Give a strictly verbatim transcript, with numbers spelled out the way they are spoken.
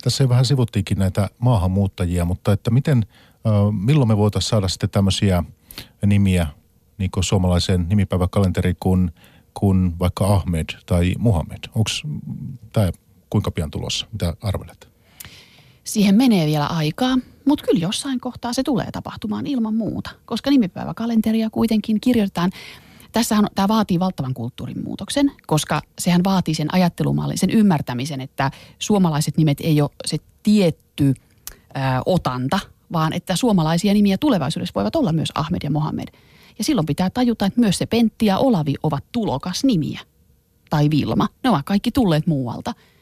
Tässä jo vähän sivuttiinkin näitä maahanmuuttajia, mutta että miten, milloin me voitaisiin saada sitten tämmöisiä nimiä niin kuin suomalaiseen nimipäiväkalenteriin kuin, kuin vaikka Ahmed tai Muhammed? Onko tämä kuinka pian tulossa? Mitä arvelet? Siihen menee vielä aikaa, mutta kyllä jossain kohtaa se tulee tapahtumaan ilman muuta, koska nimipäiväkalenteria kuitenkin kirjoitetaan. Tässähän tämä vaatii valtavan kulttuurin muutoksen, koska sehän vaatii sen ajattelumallin, sen ymmärtämisen, että suomalaiset nimet ei ole se tietty ää, otanta, vaan että suomalaisia nimiä tulevaisuudessa voivat olla myös Ahmed ja Mohammed. Ja silloin pitää tajuta, että myös se Pentti ja Olavi ovat tulokas nimiä. Tai Vilma. Ne ovat kaikki tulleet muualta.